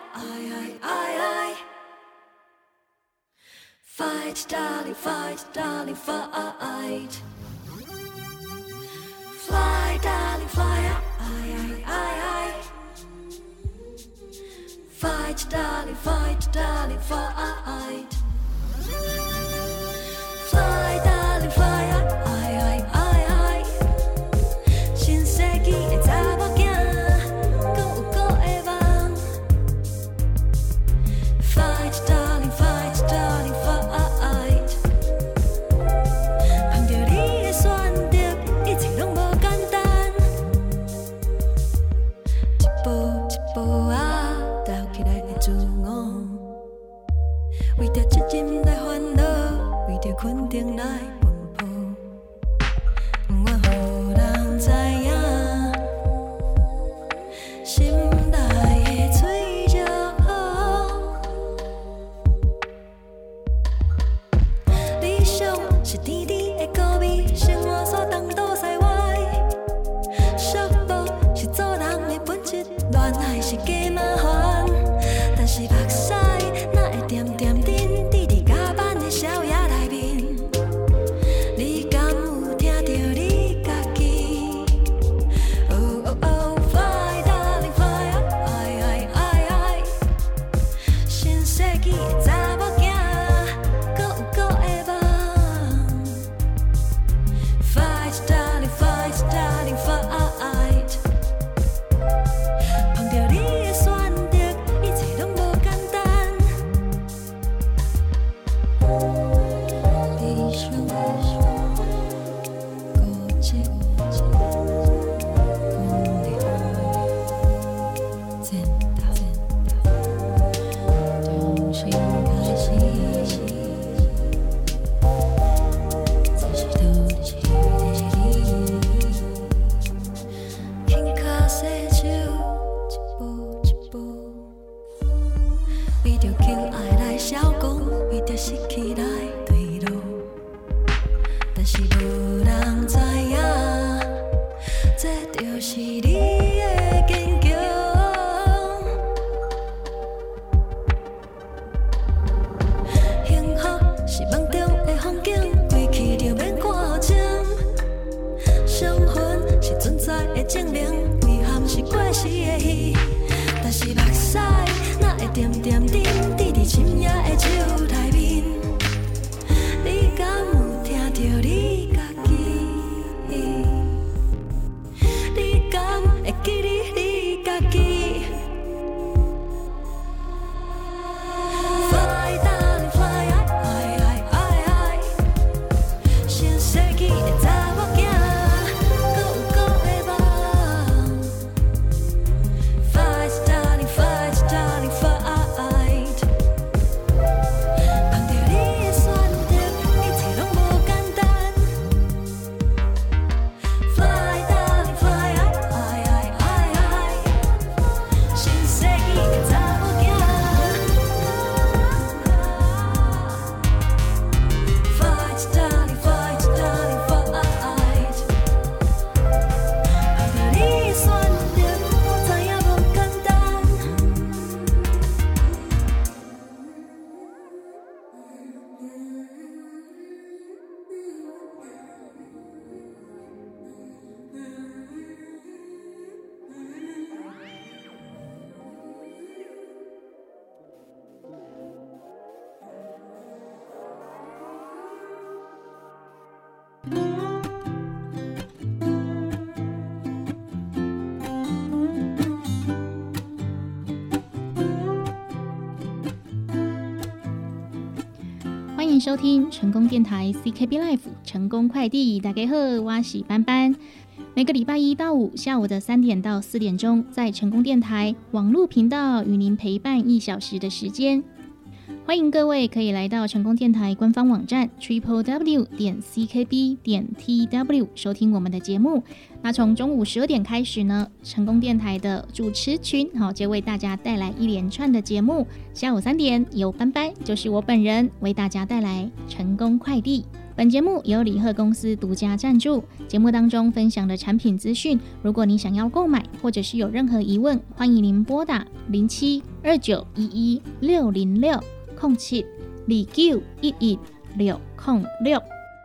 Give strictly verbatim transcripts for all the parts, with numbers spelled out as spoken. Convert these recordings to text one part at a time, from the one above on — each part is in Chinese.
Fight, darling, fight, darling, fight. Fly, darling, fly, I, I, I. Fight, darling, fight, darling, fight. Fly, darling, fly, I, I, I, I. 신세기의查某囝，搁有搁会梦。Fight, darling, fight, darling, fight. 碰着你的选择，一切拢无简单。一步一步啊，走起来的自我，为着责任来烦恼，为着肯定来奔波。我予人知影，心内的脆弱。理想是甜甜的果味，生活所当倒西歪。束缚是做人的本质，恋爱是加麻烦。但是目屎哪会点点滴滴伫甲板的小野内面？你敢有听到你家己？哦哦哦 ，Fly darling fly，爱爱爱爱，新世纪的查某囝，搁有搁会梦。Fight darling fight darling fight， 碰着你的选择，一切拢无简单。理想固执，功利，简单，重新开始，这是都的是你。轻脚洗手，一步一步，为着求爱来消光，为着失去来对路。但是无人知影，这就是你的坚强。幸福是梦中的风景，过去就免看清。伤痕是存在的证明，遗憾是过时的戏。但是目屎哪会点点滴滴伫深夜的手内面？你敢有听到你家己？你敢会记得你家己？Fly darling fly，爱爱爱爱，新世纪的查某囝，搁有搁会梦。Fight darling fight darling fight， 碰着你的选择，一切拢无简单。Fly darling fly，爱爱爱爱，新世纪的查某囝。Fight darling fight darling fight， 碰着你的选择，知影无简单。 欢迎收听成功电台 C K B Life 成功快递，大家好，我是班班。每个礼拜一到五下午的三点到四点钟，在成功电台网络频道与您陪伴一小时的时间。欢迎各位可以来到成功电台官方网站 triple w 点 c k b 点 t w 收听我们的节目。那从中午十二点开始呢，成功电台的主持群好就为大家带来一连串的节目。下午三点由班班，就是我本人为大家带来成功快递。 本节目由礼贺公司独家赞助，节目当中分享的产品资讯，如果你想要购买或者是有任何疑问，欢迎您拨打零七二九一一六零六空七二九一一六空六。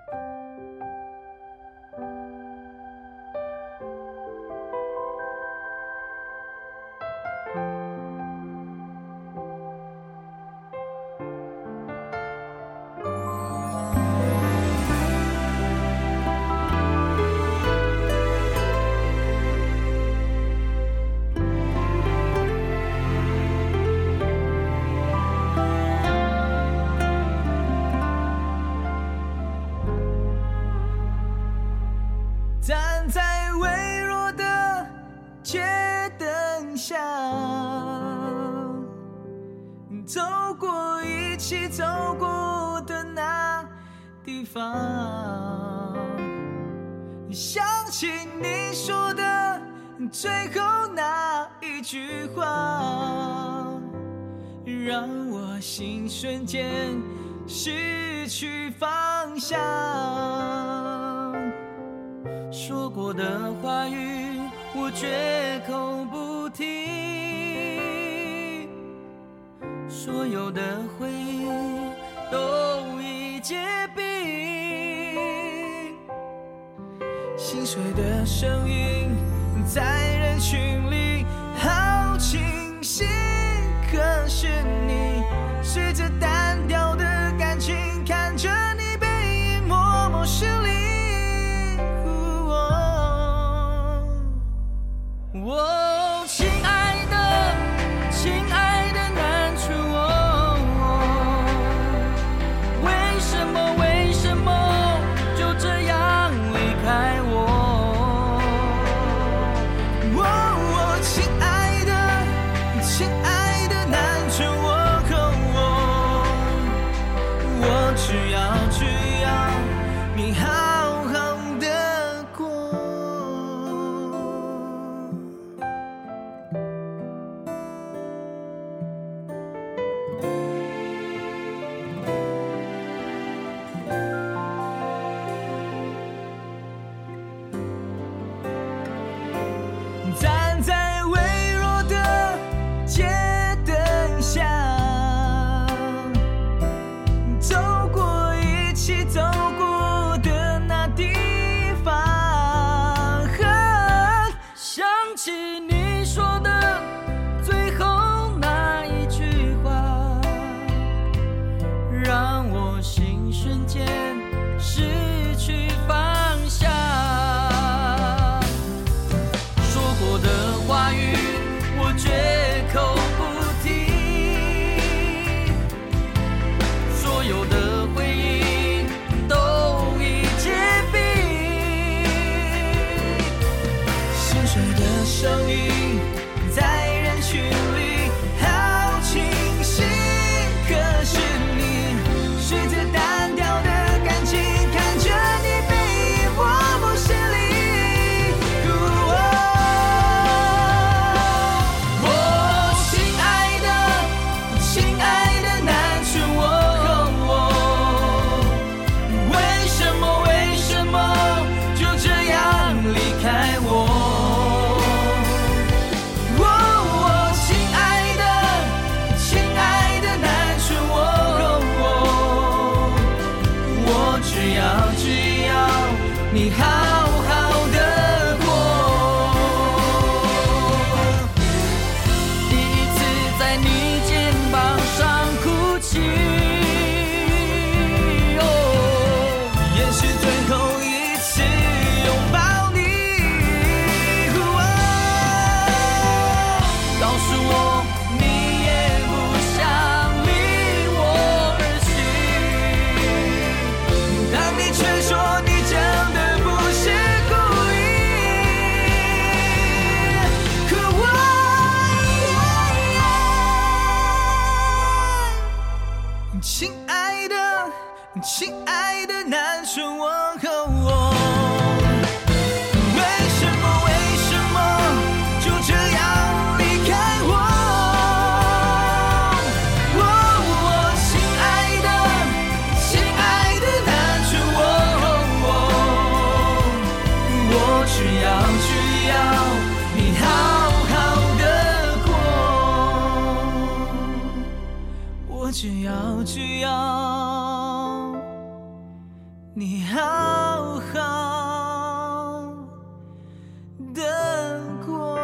站在微弱的街灯下，走过一起走过的那地方，想起你说的最后那一句话，让我心瞬间失去方向。说过的话语我绝口不提，所有的回忆都已结冰，心碎的声音在人群里好清晰，可是你随着单调的感情看着你背影默默失礼。哦，亲爱的，亲爱的难处，哦，为什么，为什么就这样离开我？哦， 我只要你好好的过。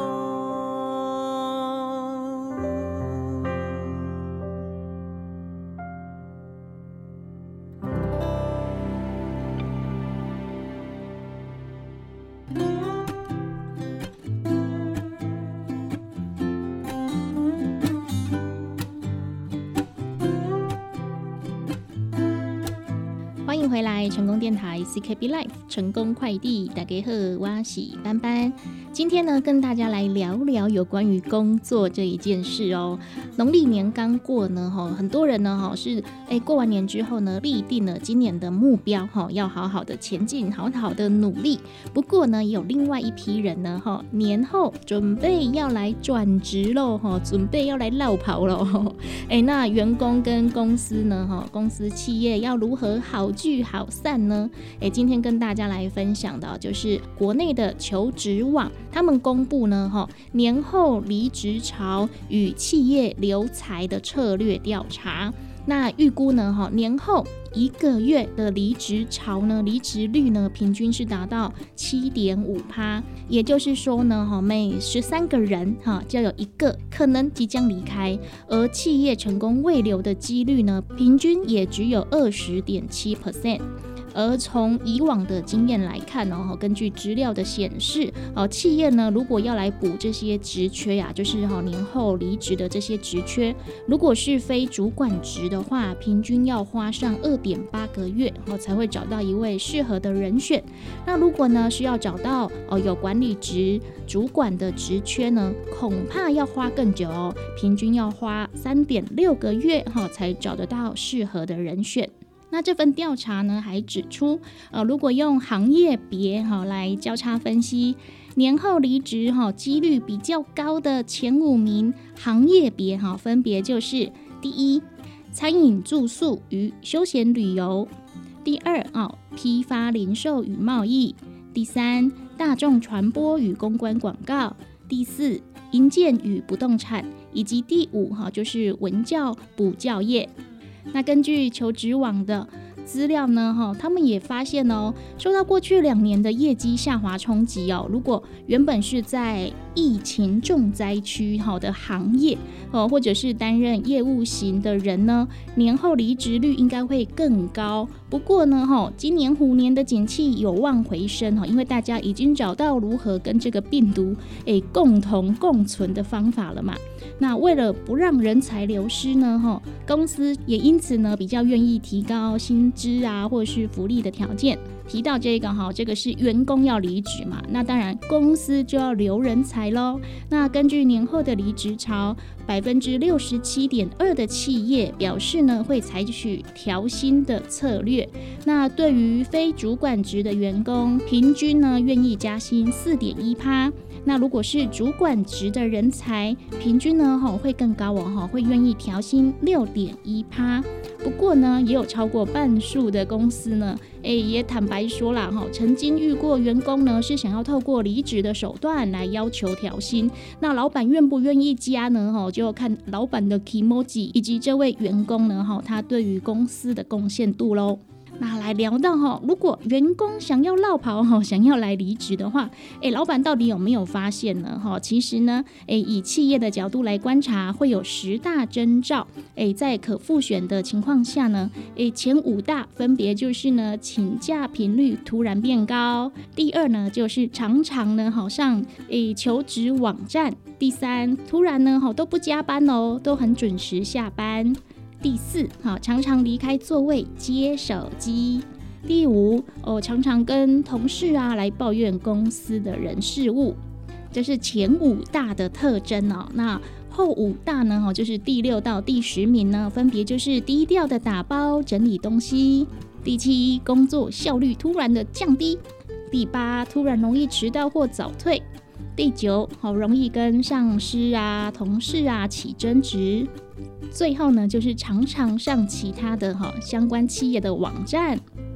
欢迎回来，成功电台 C K B Life 成功快递，大家好，我是班班。今天呢，跟大家来聊聊有关于工作这一件事哦。农历年刚过呢，很多人呢是哎过完年之后呢，立定了今年的目标，要好好的前进，好好的努力。不过呢，也有另外一批人呢，年后准备要来转职喽，准备要来落跑喽。哎，那员工跟公司呢，公司企业要如何好聚好散呢？哎，今天跟大家来分享的就是国内的求职网。他们公布呢，年后离职潮与企业留才的策略调查。那预估呢，年后一个月的离职潮呢，离职率呢，平均是达到 百分之七点五， 也就是说呢，每十三个人就有一个可能即将离开，而企业成功未留的几率呢，平均也只有 百分之二十点七。而从以往的经验来看哦，根据资料的显示，哦，企业呢如果要来补这些职缺呀、啊，就是哈年后离职的这些职缺，如果是非主管职的话，平均要花上 二点八个月哦才会找到一位适合的人选。那如果呢需要找到哦有管理职主管的职缺呢，恐怕要花更久哦，平均要花 三点六个月哈才找得到适合的人选。那这份调查呢，还指出，呃，如果用行业别哈来交叉分析，年后离职哈几率比较高的前五名行业别哈，分别就是第一，餐饮住宿与休闲旅游；第二啊，批发零售与贸易；第三，大众传播与公关广告；第四，营建与不动产；以及第五哈，就是文教补教业。那根据求职网的资料呢，他们也发现哦，受到过去两年的业绩下滑冲击哦，如果原本是在疫情重灾区的行业哦，或者是担任业务型的人呢，年后离职率应该会更高。不过呢，今年虎年的景气有望回升，因为大家已经找到如何跟这个病毒诶共同共存的方法了嘛。那为了不让人才流失呢，公司也因此呢比较愿意提高薪资啊，或者是福利的条件。提到这个哈，这个是员工要离职嘛，那当然公司就要留人才咯。那根据年后的离职潮， 百分之六十七点二 的企业表示呢会采取调薪的策略。那对于非主管职的员工，平均呢愿意加薪 四点一。那如果是主管职的人才，平均呢会更高哦，会愿意调薪 六点一。不过呢，也有超过半数的公司呢，欸、也坦白说啦，曾经遇过员工呢是想要透过离职的手段来要求调薪，那老板愿不愿意加呢？就看老板的 kimoji 以及这位员工呢，他对于公司的贡献度咯。那来聊到如果员工想要落跑，想要来离职的话，欸、老板到底有没有发现呢？其实呢，欸、以企业的角度来观察，会有十大征兆。欸、在可复选的情况下呢，欸、前五大分别就是呢，请假频率突然变高；第二呢，就是常常呢上欸、求职网站；第三，突然呢都不加班哦，都很准时下班。第四，常常离开座位接手机。第五，哦，常常跟同事啊来抱怨公司的人事物。这是前五大的特征哦。那后五大呢，就是第六到第十名呢，分别就是低调的打包整理东西；第七，工作效率突然的降低；第八，突然容易迟到或早退；第九，好容易跟上司啊、同事啊起争执。最后呢，就是常常上其他的相关企业的网站。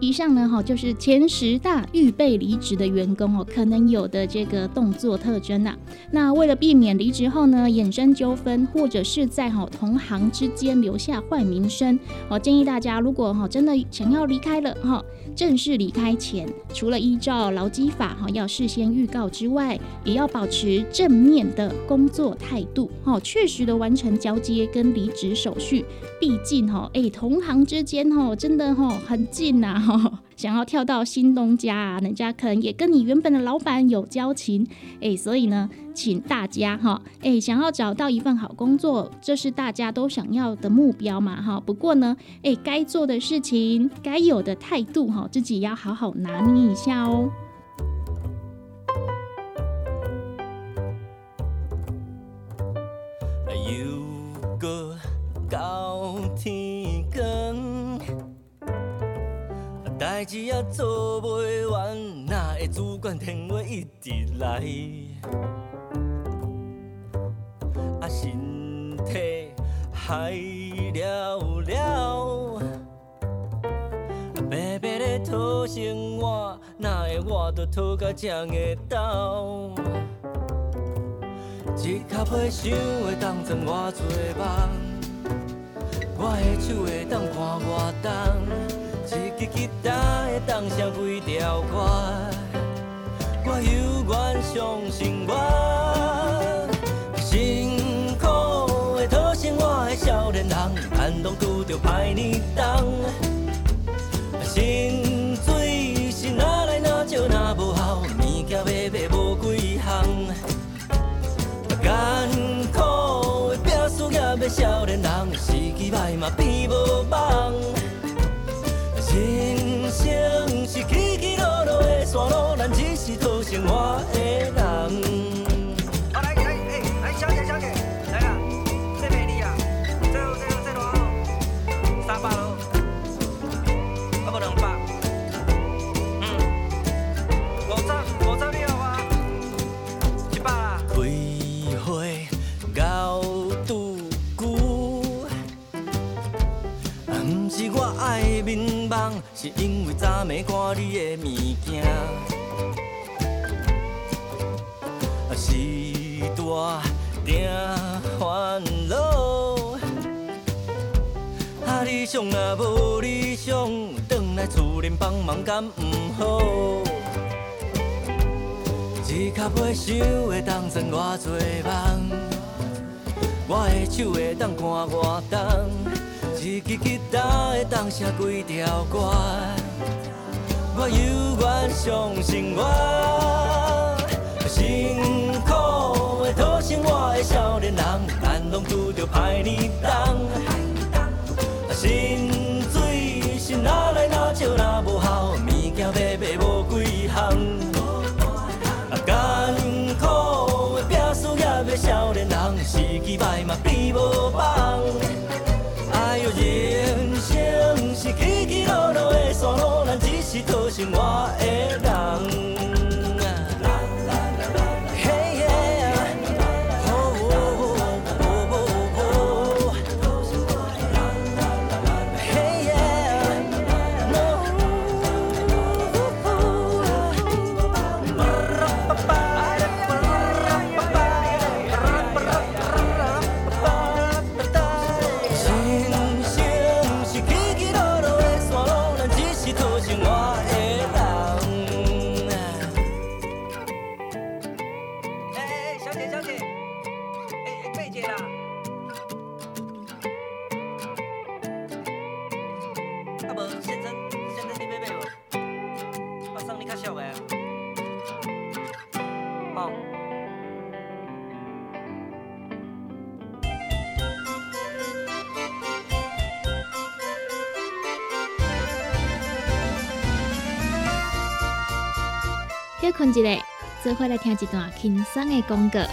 以上呢就是前十大预备离职的员工可能有的这个动作特征啊。那为了避免离职后呢衍生纠纷，或者是在同行之间留下坏名声，建议大家如果真的想要离开了，正式离开前，除了依照劳基法要事先预告之外，也要保持正面的工作态度，确实的完成交接跟离职手续。毕竟欸、同行之间真的很近啊，想要跳到新东家啊，人家可能也跟你原本的老板有交情，欸、所以呢请大家欸、想要找到一份好工作，这是大家都想要的目标嘛。不过呢欸、该做的事情，该有的态度自己要好好拿捏一下哦。 又过到天光，代志也做袂完，哪会主管电话一直来？啊，身体还了了，白白的讨生活，哪会我都讨甲这个到？一脚皮想会当装偌多梦，我的手会当看偌重，一支吉他会当写几条歌，我犹原相信我。辛苦的讨生活的少年人，寒冬拄着歹年冬，薪水是哪来哪少哪无效，物件买买无几项。艰苦的拼事业的少年人，时机歹嘛变无望。人生是起起落落的山路，咱只是讨生活的人。 好来来，哎，来小姐小姐，来啦，这美丽啊，这这这多少？三百咯，啊不两百。嗯，五十五十了啊，一百啦。到拄久，不是我爱面梦，是因为昨暝看你的物件，时大定烦恼。啊，理想若无理想，转来厝里帮忙敢不好？一脚皮想会当装偌多梦。我的手会当看偌重，一支吉他会当写几条歌，我犹原相信我。辛苦的讨生活的少年人，咱拢拄着歹年冬，薪水是哪来哪少哪无效，物件买买无几项。艰苦的拼事业的少年人，时机歹嘛变无望。哎呦，人生是起起落落的山路，咱只是讨生活的人。 休困一下，做伙来听一段轻松的广告。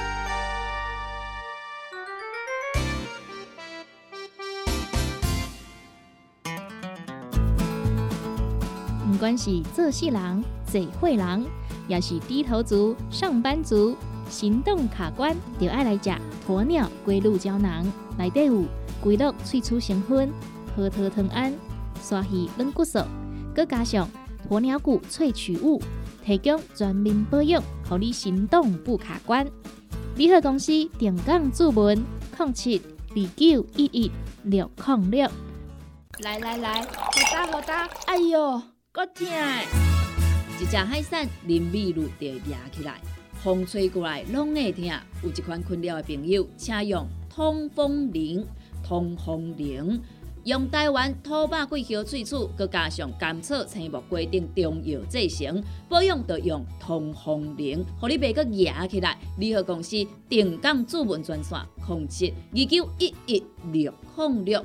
不管是做事人、做伙人，也是低头族、上班族，行动卡关，就爱来吃鸵鸟龟鹿胶囊。内底有龟鹿萃取成分、核桃藤胺、刷鱼软骨素， 佮加上鸵鸟骨萃取物，提供全面保养，让你行动不卡关。联合公司定岗注文零七二九一一六零六。 来来来，好打好打！哎哟，够痛！一只海扇林美露就压起来，风吹过来拢会痛。有一款困扰的朋友，请用通风灵。通风灵用台湾土白桂花萃取，佮加上甘草、青木、规定中药制成，保养就用通风灵，互你袂佮压起来。联合公司定岗主文专线零七二九一一六零六。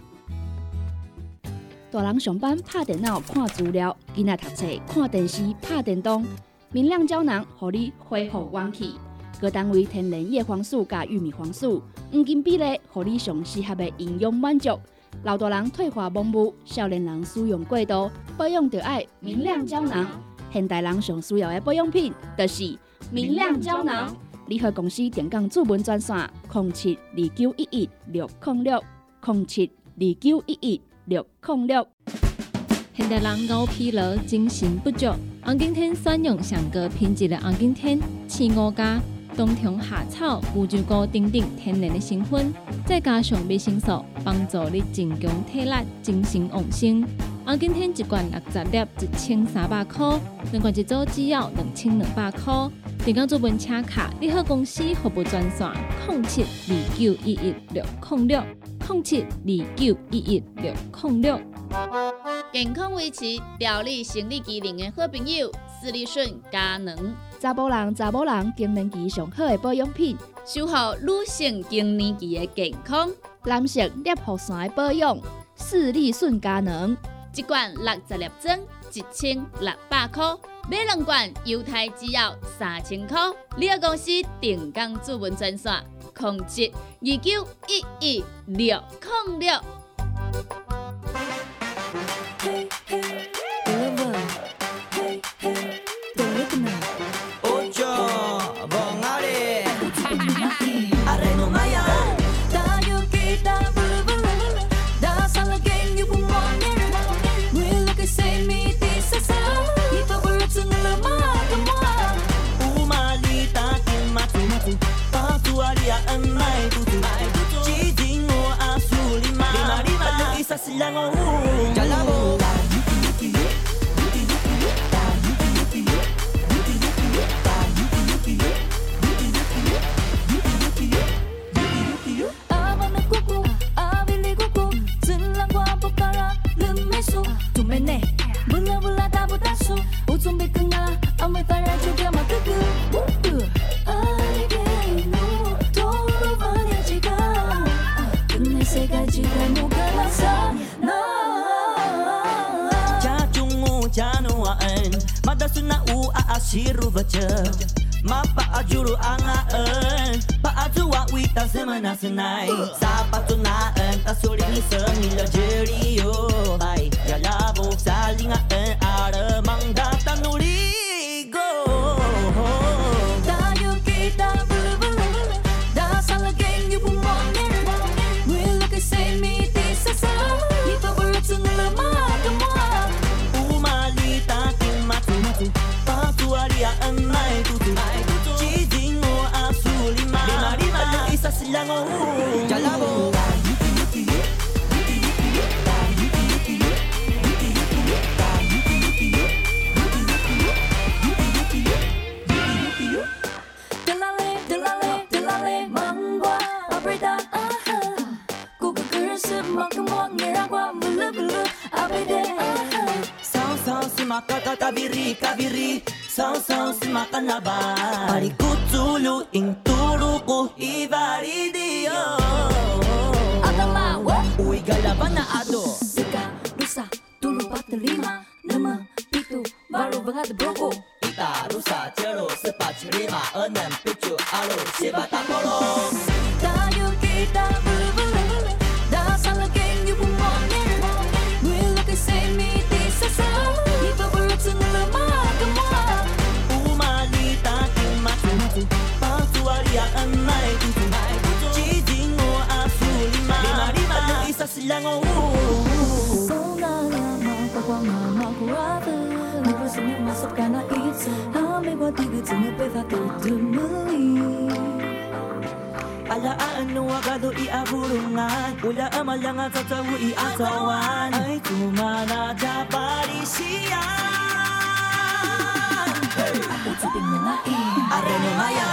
大人上班拍电脑看资料，囡仔读册看电视拍电动，明亮胶囊互你恢复元气。各单位天然叶黄素加玉米黄素，黄金比例，互你上适合的营养满足。老大人退化盲目，少年人使用过度，保养就要明亮胶囊。现代人上需要的保养品，就是明亮胶囊。联合公司定岗主文专线零七二九一一六零六零七二九一一六零六。 现代人熬疲劳、精神不足，红景天选用上高品质的红景天刺五加，冬虫夏草、乌鸡菇等等天然的成分，再加上维生素，帮助你增强体力、精神旺盛。红景天一罐六十粒，一千三百块；两罐一组只要两千两百块。订购主文车卡，联合公司服务专线零七二九一一六零六零七二九一一六零六。 健康维持、调理生理机能的好朋友，斯利顺佳能。 查甫人、查某人更年期上好的保养品， 守护女性更年期的健康。 男性尿护伞的保养，斯利顺佳能。 一罐六十粒装，一千六百块；买两罐，犹太只要三千块。联合公司定岗主文专线：零七二九一一六零六。 Sola lama, pagwang mama kurata 我伫个整个被发抖的梦里。 Ala ano agado iabulungan Ula amalang at tawu iatawan Ay tumana japarisiyan Hey! Utsipin mo nga eh Arene maya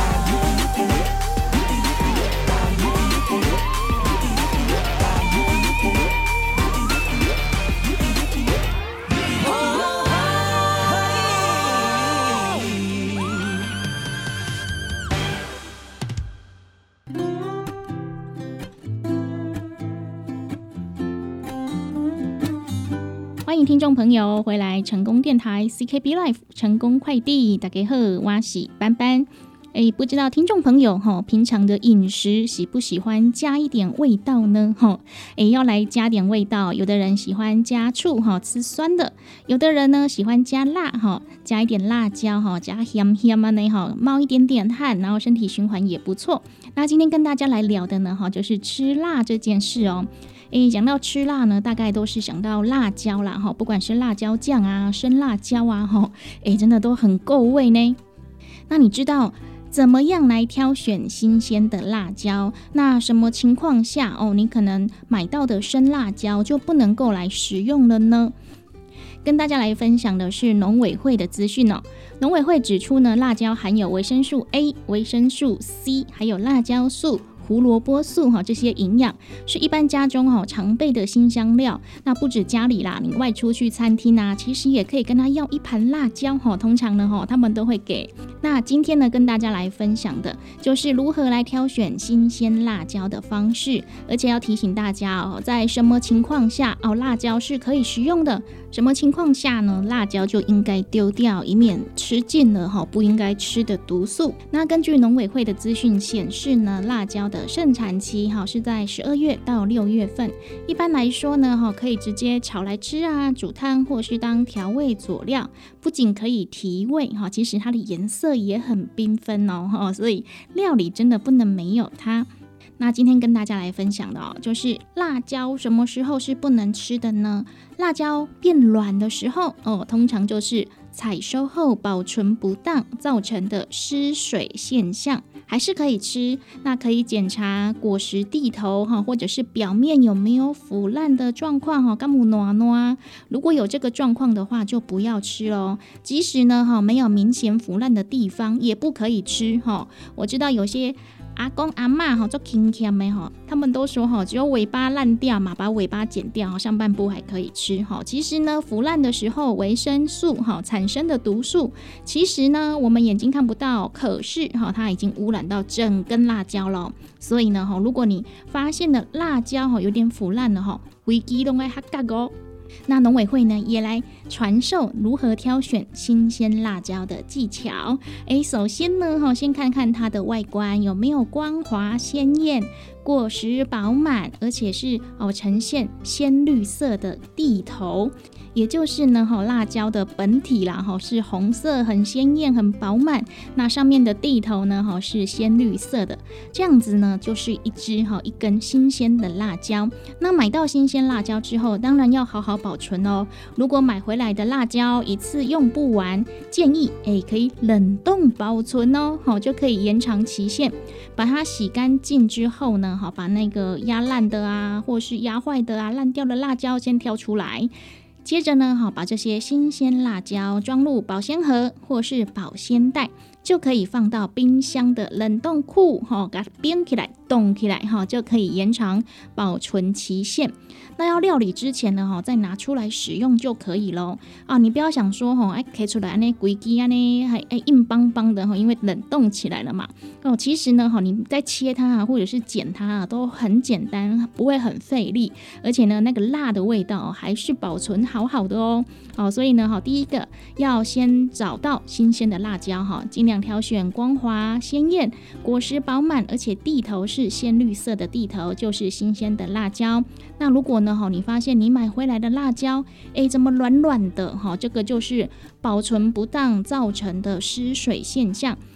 欢迎听众朋友回来成功电台 C K B Life 成功快递，大家好，我是班班。哎，不知道听众朋友哈，平常的饮食喜不喜欢加一点味道呢？哈，哎，要来加点味道。有的人喜欢加醋哈，吃酸的；有的人呢喜欢加辣哈，加一点辣椒哈，加咸咸啊那哈，冒一点点汗，然后身体循环也不错。那今天跟大家来聊的呢哈，就是吃辣这件事哦。诶，讲到吃辣呢，大概都是想到辣椒啦哈，不管是辣椒酱啊、生辣椒啊哈，诶，真的都很够味呢。那你知道怎么样来挑选新鲜的辣椒？那什么情况下哦，你可能买到的生辣椒就不能够来食用了呢？跟大家来分享的是农委会的资讯哦。农委会指出呢，辣椒含有维生素 A、维生素 C， 还有辣椒素、胡萝卜素哈，这些营养是一般家中哈常备的辛香料。那不止家里啦，你外出去餐厅啊，其实也可以跟他要一盘辣椒哈。通常呢哈，他们都会给。那今天呢，跟大家来分享的就是如何来挑选新鲜辣椒的方式，而且要提醒大家哦，在什么情况下哦，辣椒是可以食用的，什么情况下呢，辣椒就应该丢掉，以免吃进了哈不应该吃的毒素。那根据农委会的资讯显示呢，辣椒的盛产期哈是在十二月到六月份。一般来说呢，哈可以直接炒来吃啊，煮汤或是当调味佐料，不仅可以提味哈，其实它的颜色也很缤纷哦，所以料理真的不能没有它。那今天跟大家来分享的哦，就是辣椒什么时候是不能吃的呢？辣椒变软的时候哦，通常就是采收后保存不当造成的失水现象，还是可以吃。那可以检查果实蒂头哈，或者是表面有没有腐烂的状况哈，干木挪挪。如果有这个状况的话，就不要吃咯。即使呢哈没有明显腐烂的地方，也不可以吃哈。我知道有些阿公阿嬷哈做勤俭的哈，他们都说哈，只有尾巴烂掉嘛，把尾巴剪掉，上半部还可以吃哈。其实呢，腐烂的时候维生素哈产生的毒素，其实呢我们眼睛看不到，可是哈它已经污染到整根辣椒了。所以呢哈，如果你发现的辣椒哈有点腐烂了哈，危机都该哈嘎哦。那农委会呢也来传授如何挑选新鲜辣椒的技巧。诶，首先呢哈，先看看它的外观有没有光滑鲜艳，果实饱满，而且是哦呈现鲜绿色的蒂头。也就是呢，辣椒的本体啦，是红色，很鲜艳，很饱满。那上面的蒂头呢，是鲜绿色的，这样子呢，就是一支一根新鲜的辣椒。那买到新鲜辣椒之后，当然要好好保存哦。如果买回来的辣椒一次用不完，建议哎可以冷冻保存哦，就可以延长期限。把它洗干净之后呢，把那个压烂的啊，或是压坏的啊、烂掉的辣椒先挑出来。接着呢，把这些新鲜辣椒装入保鲜盒或是保鲜袋，就可以放到冰箱的冷冻库，给它冰起来、冻起来，就可以延长保存期限。那要料理之前呢，再拿出来使用就可以咯。啊，你不要想说哎，开出来安尼规支安尼还硬邦邦的，因为冷冻起来了嘛。哦，其实呢，你在切它啊，或者是剪它啊，都很简单，不会很费力，而且呢，那个辣的味道还是保存好好的哦。哦，所以呢，第一个要先找到新鲜的辣椒哈，尽量挑选光滑鲜艳、果实饱满，而且蒂头是鲜绿色的蒂头，就是新鲜的辣椒。那如果呢，你发现你买回来的辣椒，哎，怎么软软的？这个就是保存不当造成的失水现象。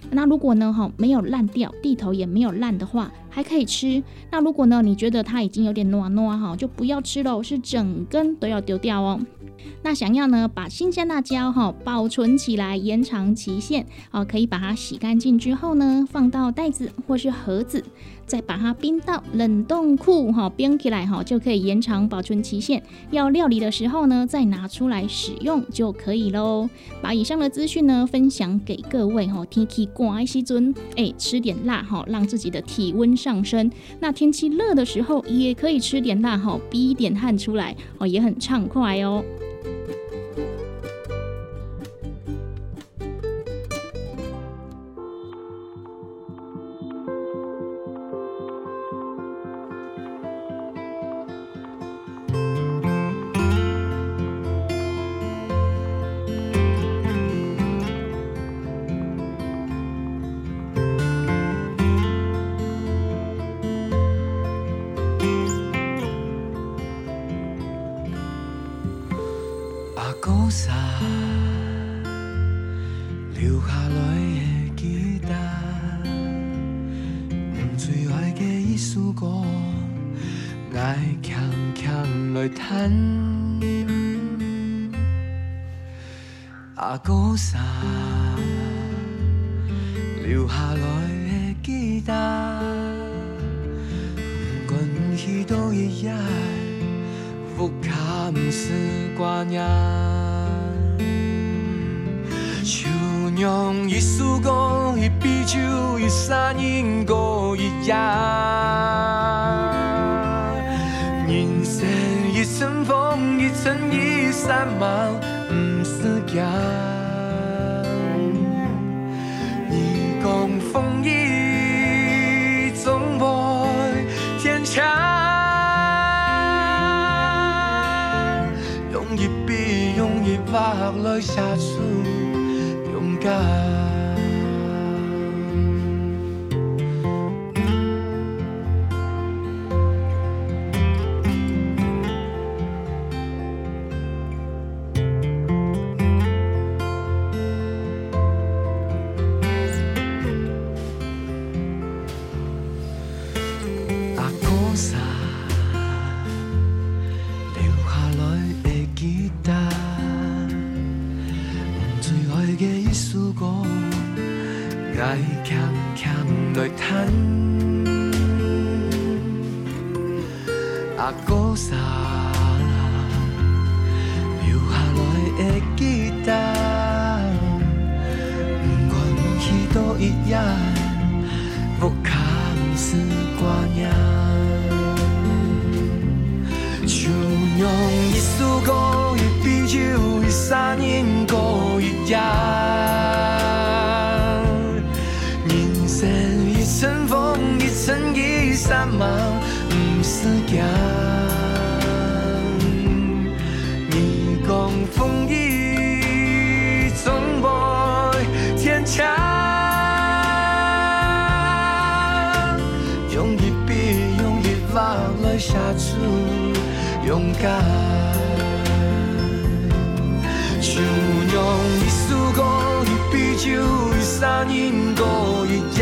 那如果呢哈没有烂掉，蒂头也没有烂的话，还可以吃。那如果呢你觉得它已经有点糯糯哈，就不要吃了，是整根都要丢掉哦。那想要呢把新鲜辣椒哈保存起来，延长期限哦，可以把它洗干净之后呢，放到袋子或是盒子，再把它冰到冷冻库哈，冰起来哈就可以延长保存期限。要料理的时候呢，再拿出来使用就可以喽。把以上的资讯呢分享给各位哈，天气寒的时阵，哎，吃点辣哈，让自己的体温上升。那天气热的时候也可以吃点辣哈，逼一点汗出来哦，也很畅快哦。 留下来的记答，最爱的意思歌，爱强强来弹。阿哥啥？留下来的记答，不管去到一夜，福卡不是挂念。就让一首歌，一杯酒，一山人过一夜。人生一阵风，一阵雨，散漫不是惊。你讲风雨总会天长，用一笔，用一画来写出。勇敢，阿哥啥留下来的记答。最爱的一首歌，爱强强来弹。阿哥啥留下来的记答，不管去到一夜，无卡不是挂念。就让一首歌，一杯酒，一山人过一夜。人生一阵风，一阵雨，散漫不是惊。你讲风雨总会天长，用一笔，用一画来写出。勇敢，就让一首歌，一杯酒，一山人过一夜。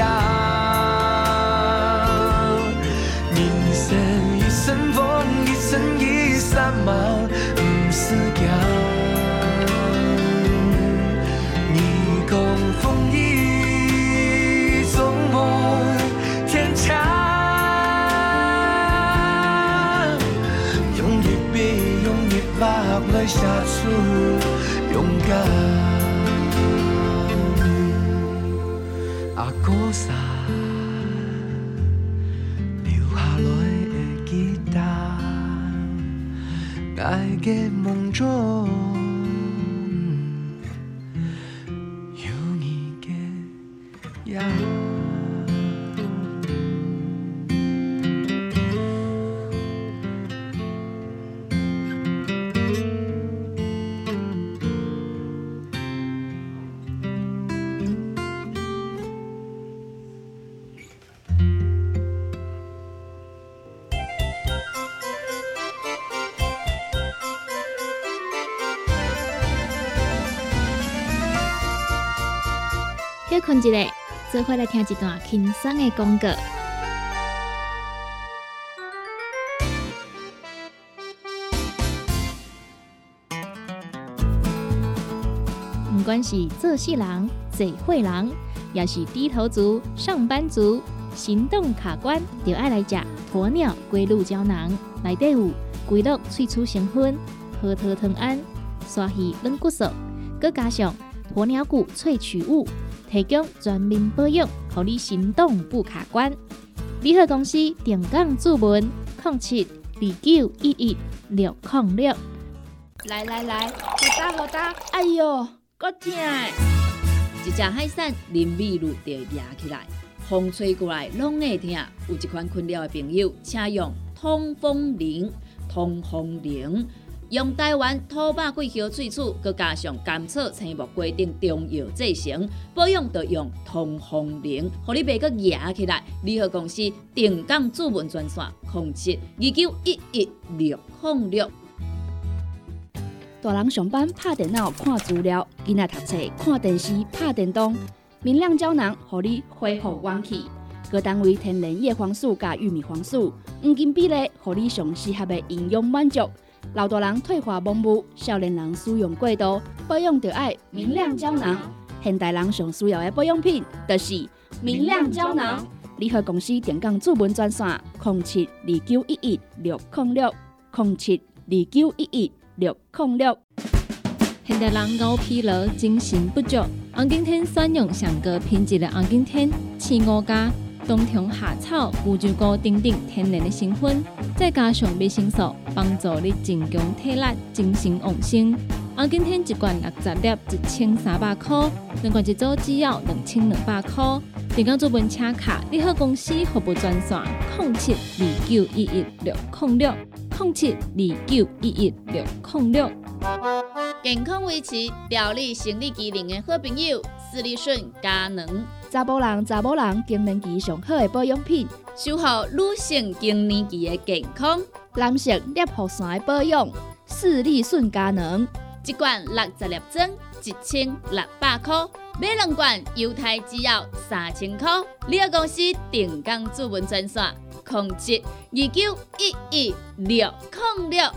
人生一阵风，一阵雨，散漫不是惊。你讲风雨总会天长。来写出勇敢，阿哥啥留下来的记答，爱的梦中有你的样。 歇困一下， 做伙来听一段轻松的广告。不管是做事人、做伙人，也是低头族、上班族，行动卡关，就爱来吃鸵鸟龟鹿胶囊。内底有龟鹿萃取成分、核桃藤胺、鲨鱼软骨素，佮加上鸵鸟骨萃取物，提供全面保养，让你行动不卡关。联合公司定岗注文零七二九一一六零六。 来来来，好打好打，哎哟！够痛的！一只海扇淋米露就压起来，风吹过来拢会痛。有一款困扰的朋友，请用通风铃。通风铃用台湾土白桂花萃取，佮加上甘草、青木、规定中药制成，保养就用通风铃，互你袂佮压起来。联合公司定岗主文专线：零七二九一一六零六。 大人上班拍电脑看资料，囡仔读册看电视拍电动，明亮胶囊互你恢复元气。各单位天然叶黄素加玉米黄素，黄金比例，互你上适合的营养满足。老大人退化盲目，少年人使用过度，保养就要明亮胶囊。现代人上需要的保养品，就是明亮胶囊。联合公司电工主文专线：零七二九一一六零六零七二九一一六零六。 现代人熬疲劳、精神不足，红景天选用上高品质的红景天刺五加、冬虫夏草、乌鸡菇等等天然的成分，再加上维生素，帮助你增强体力、精神旺盛。红景天一罐六十粒，一千三百块；两罐一组只要两千两百块。电工主文车卡，联合公司服务专线：零七二九一一六零六零七二九一一六零六。 健康维持、调理生理机能的好朋友，斯利顺佳能。 查某人、查某人更年期上好的保养品， 守护女性更年期的健康。 男性尿护伞的保养，视力顺佳能。 一罐六十粒装，一千六百块；买两罐，犹太只要三千块。联合公司定岗主文专线：零七二九一一六零六。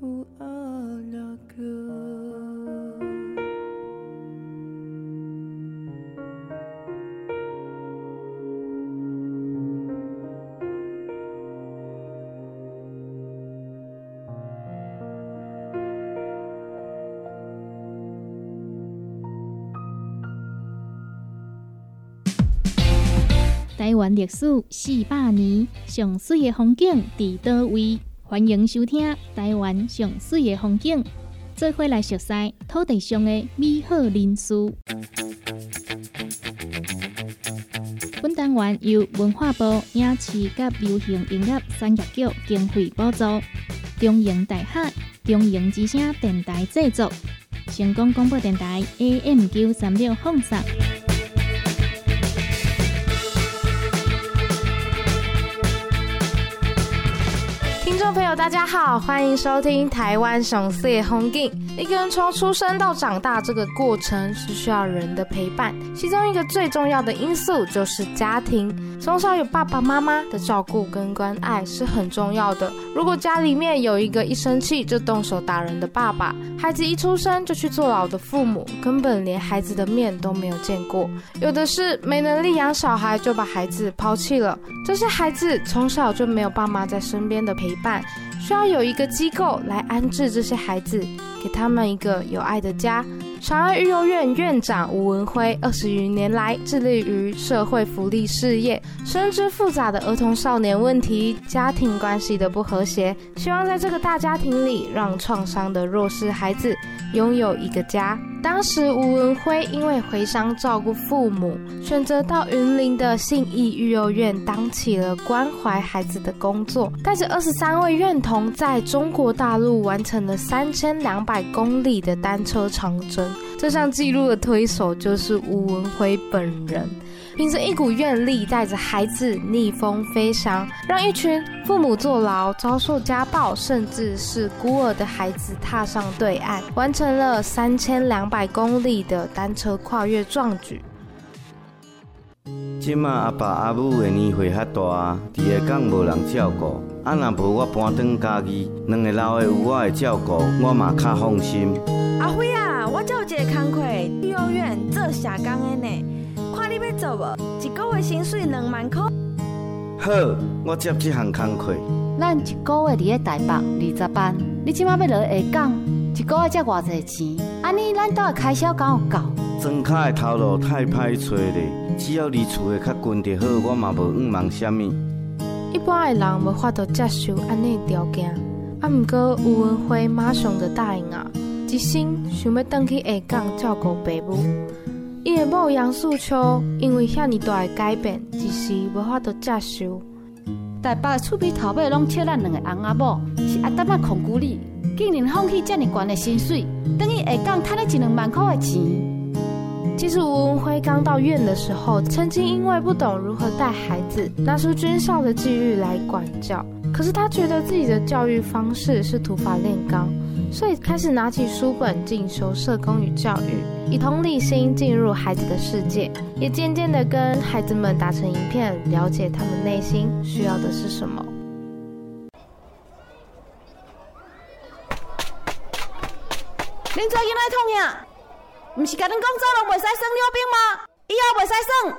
台湾历史四百年，上水的风景伫倒位？欢迎收听《台湾上水的风景》，做伙来熟悉土地上的美好人事。本单元由文化部影视及流行音乐产业局经费补助，中营大学、中营之声电台制作，成功广播电台 A M 九三六放送。 听众朋友大家好，欢迎收听台湾上水的风景。一个人从出生到长大这个过程是需要人的陪伴，其中一个最重要的因素就是家庭。从小有爸爸妈妈的照顾跟关爱是很重要的。如果家里面有一个一生气就动手打人的爸爸，孩子一出生就去坐牢的父母，根本连孩子的面都没有见过。有的是没能力养小孩就把孩子抛弃了，这些孩子从小就没有爸妈在身边的陪伴，需要有一个机构来安置这些孩子，给他们一个有爱的家。长安育幼院院长吴文辉二十余年来致力于社会福利事业，深知复杂的儿童少年问题、家庭关系的不和谐，希望在这个大家庭里让创伤的弱势孩子拥有一个家。当时吴文辉因为回乡照顾父母，选择到云林的信义育幼院当起了关怀孩子的工作，带着二十三位院童在中国大陆完成了三千两百公里的单车长征。这项纪录的推手就是吴文辉本人，凭着一股愿力，带着孩子逆风飞翔，让一群父母坐牢、遭受家暴，甚至是孤儿的孩子踏上对岸，完成了三千两百公里的单车跨越壮举。 即马阿爸阿母的年岁较大，伫下港无人照顾，啊若无我搬转家己，两个老的有我的照顾，我嘛较放心。 阿辉啊，我才有一个工课，育幼院做社工的呢，看你要做无？一个月薪水两万块。 好，我接这项工课。 咱一个月伫咧台北二十班，你即马要落下港，一个月才偌济钱？安尼咱兜的开销敢有够？ 庄脚的头路太歹找咧，只要离厝的较近就好，我嘛无毋忙啥物。 一般的人无法度接受安尼的条件，啊，毋过吴文辉马上就答应啊，一心想要转去下港照顾爸母。伊的某杨素秋因为遐尼大的改变，一时无法度接受。 台北的厝边头尾拢笑咱两个翁仔某，是阿达仔控股你，竟然放弃遮尔悬的薪水，等于下港赚了一两万块的钱。 其实吴文辉刚到院的时候，曾经因为不懂如何带孩子，拿出军校的纪律来管教。可是他觉得自己的教育方式是土法炼钢，所以开始拿起书本进修社工与教育，以同理心进入孩子的世界，也渐渐的跟孩子们打成一片，了解他们内心需要的是什么。 恁做囡仔痛呀？不是甲恁讲做人袂使耍溜冰吗？以后袂使耍。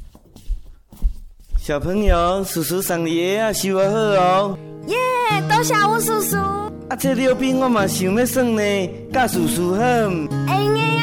小朋友，叔叔送你的啊，收好哦。 耶，多谢吴叔叔。 啊，这溜冰我嘛想要耍呢，甲叔叔好。 会用的啊。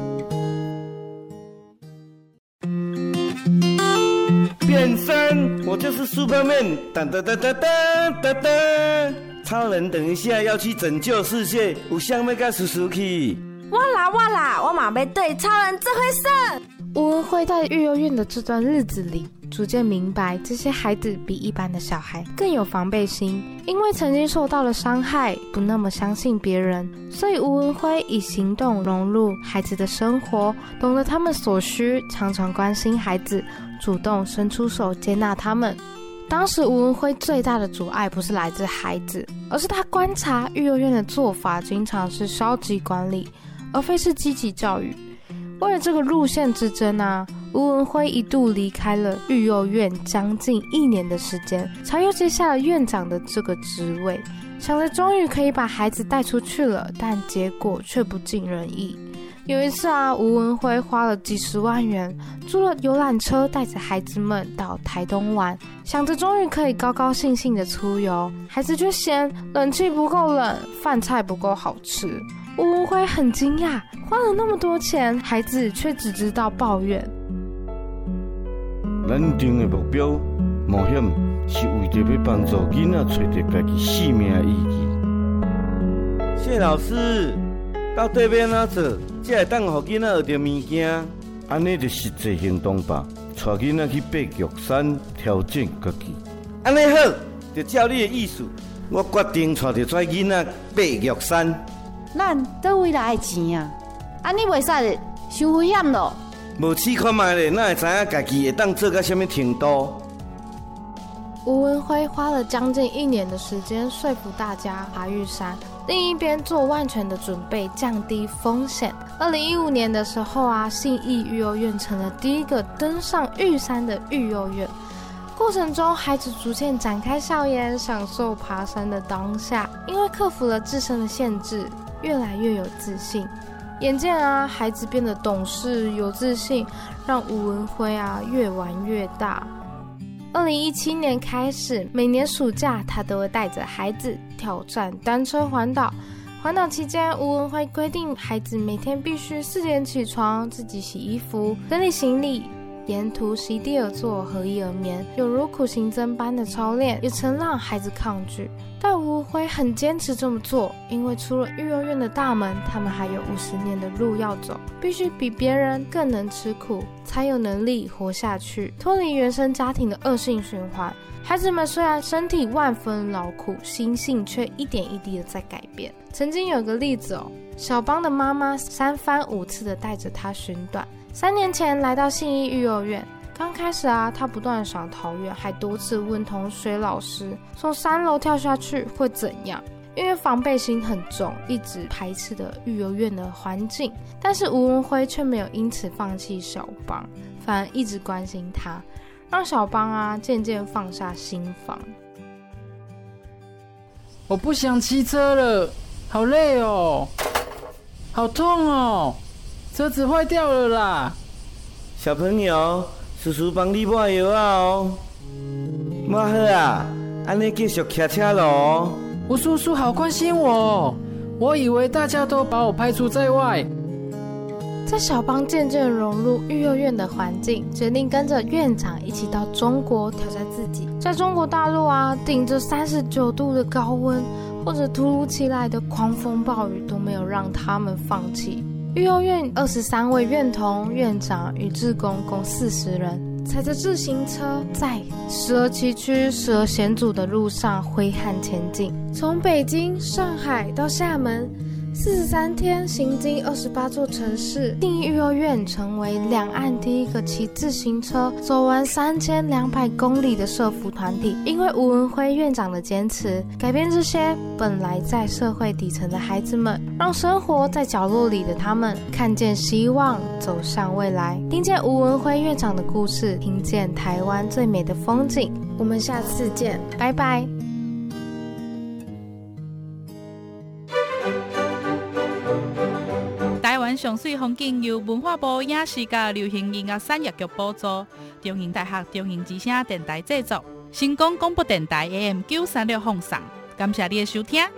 变身，我就是 Superman， 噔噔噔噔噔噔噔。超人等一下要去拯救世界，有啥要甲叔叔去？ 我啦我啦，我嘛要对超人这回事。 吴文辉在育幼院的这段日子里，逐渐明白这些孩子比一般的小孩更有防备心，因为曾经受到了伤害，不那么相信别人，所以吴文辉以行动融入孩子的生活，懂得他们所需，常常关心孩子，主动伸出手接纳他们。当时吴文辉最大的阻碍不是来自孩子，而是他观察育幼院的做法经常是消极管理，而非是积极教育。为了这个路线之争啊，吴文辉一度离开了育幼院将近一年的时间，才又接下了院长的这个职位。 想着终于可以把孩子带出去了，但结果却不尽人意。有一次啊，吴文辉花了几十万元租了游览车，带着孩子们到台东玩，想着终于可以高高兴兴的出游，孩子却嫌冷气不够冷，饭菜不够好吃。吴文辉很惊讶，花了那么多钱，孩子却只知道抱怨。 咱定的目标冒险是为着要帮助囡仔找到家己生命的意义。谢老师，到底要安怎做，才会当互囡仔学到物件？安尼就实际行动吧，带囡仔去爬玉山，挑战家己。安尼好，就照你的意思，我决定带着跩囡仔爬玉山。 咱倒位来的钱啊？安尼袂使伤危险咯。 无试看卖咧，哪会知影家己会当做到什么程度？ 吴文辉花了将近一年的时间说服大家爬玉山，另一边做万全的准备，降低风险。二零一五年的时候啊，信义育幼院成了第一个登上玉山的育幼院。过程中，孩子逐渐展开笑颜，享受爬山的当下。因为克服了自身的限制，越来越有自信。眼见啊，孩子变得懂事有自信，让吴文辉啊越玩越大。二零一七年开始，每年暑假他都会带着孩子挑战单车环岛。环岛期间，吴文辉规定孩子每天必须四点起床，自己洗衣服、整理行李，沿途席地而坐，合衣而眠，有如苦行僧般的操练，也曾让孩子抗拒。但吴文辉很坚持这么做，因为出了育幼院的大门，他们还有五十年的路要走，必须比别人更能吃苦，才有能力活下去，脱离原生家庭的恶性循环。孩子们虽然身体万分劳苦，心性却一点一滴的在改变。曾经有个例子哦，小邦的妈妈三番五次的带着他寻短。三年前来到信义育幼院，刚开始啊，他不断想逃远，还多次问同学老师，从三楼跳下去会怎样？因为防备心很重，一直排斥的育幼院的环境。但是吴文辉却没有因此放弃小邦，反而一直关心他，让小邦啊渐渐放下心防。 我不想骑车了，好累哦，好痛哦，车子坏掉了啦！ 小朋友，叔叔帮你抹药啊哦。抹好啊，安尼继续骑车咯。 吴叔叔好关心我，我以为大家都把我排除在外。 在小邦渐渐融入育幼院的环境，决定跟着院长一起到中国挑战自己。在中国大陆啊，顶着三十九度的高温，或者突如其来的狂风暴雨，都没有让他们放弃。育幼院二十三位院童、院长与志工共四十人，踩着自行车，在时而崎岖、时而险阻的路上挥汗前进。从北京、上海到厦门，四十三天行经二十八座城市，信义育幼院成为两岸第一个骑自行车走完三千两百公里的社福团体。因为吴文辉院长的坚持，改变这些本来在社会底层的孩子们，让生活在角落里的他们看见希望，走向未来。听见吴文辉院长的故事，听见台湾最美的风景。我们下次见，拜拜。 台湾上水风景由文化部影视甲流行音乐产业局补助，中兴大学中兴之声电台制作，成功广播电台 A M 九三六放送。感谢你的收听。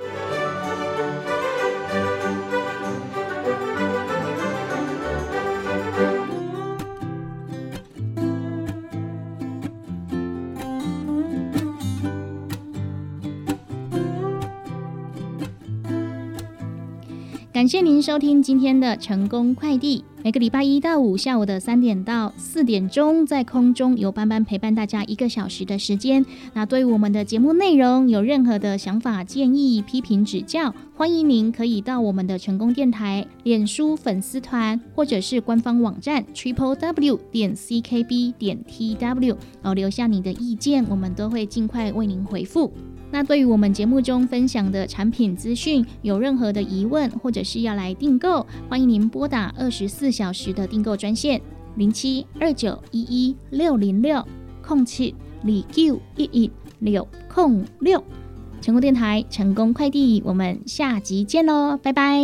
感谢您收听今天的成功快递，每个礼拜一到五下午的三点到四点钟，在空中由班班陪伴大家一个小时的时间。那对于我们的节目内容有任何的想法、建议、批评、指教，欢迎您可以到我们的成功电台脸书粉丝团，或者是官方网站 triple w 点 c k b 点 t w 哦，留下你的意见，我们都会尽快为您回复。那对于我们节目中分享的产品资讯，有任何的疑问或者是要来订购，欢迎您拨打二十四小时的订购专线零七二九一一六零六空七二九一一六空六。 成功电台成功快递，我们下集见喽，拜拜。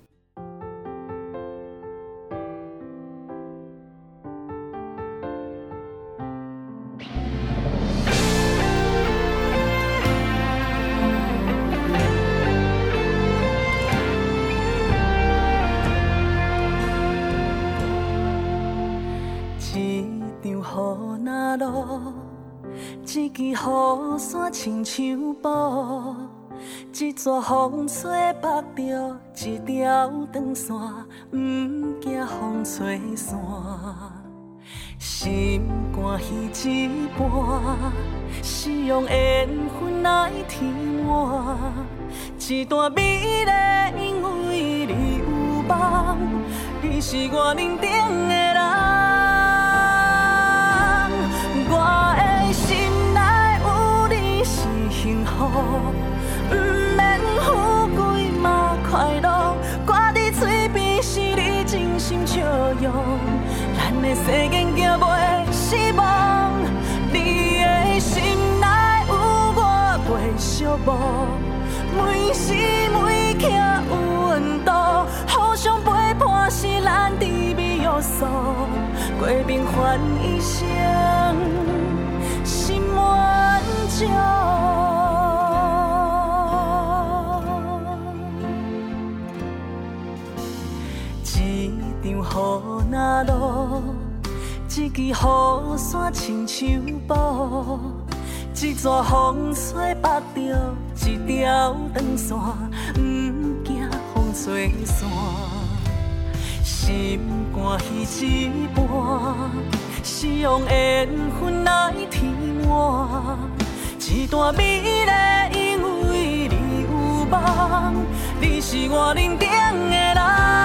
一支雨伞亲像布，一撮风吹绑着一条长线，不惊风吹散。心肝彼一半，是用缘分来填满。一段美丽，因为你有梦，你是我认定的人。我的心内有你是幸福，不免富贵嘛快乐。我伫嘴边是你真心笑容，咱的世间行袂失望。你的心内有我袂寂寞，每时每刻有温度，互相陪伴是咱甜蜜约束，过平凡一生。心满足，一场雨若落，一支雨伞亲像布，一撮风吹绑着一条长线，不惊风吹散。心肝彼一半，是用缘分来填满。一段美丽，因为你有梦，你是我认定的人。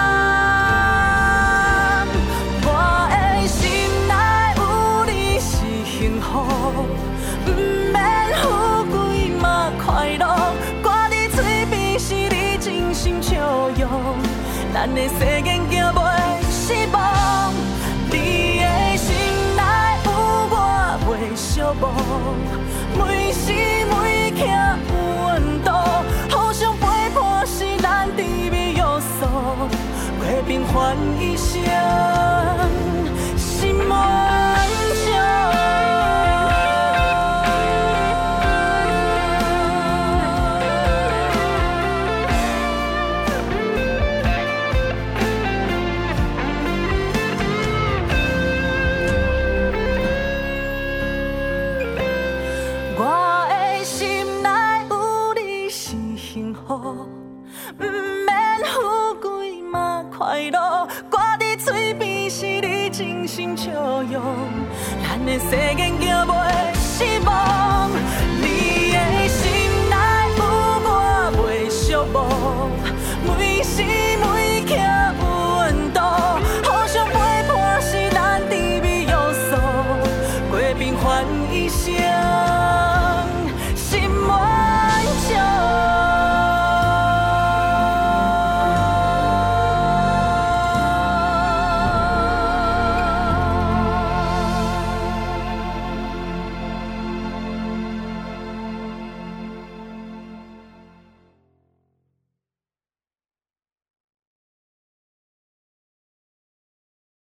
我的心内有你是幸福，不免富贵嘛快乐。我伫嘴边是你真心笑容，咱的世间行袂失望。你的心内有我袂寂寞，每时每刻有温度，互相陪伴是咱甜蜜约束，过平凡一生，心满足。不免富贵嘛快乐，我伫嘴边是你真心笑容，咱的世间行袂失望。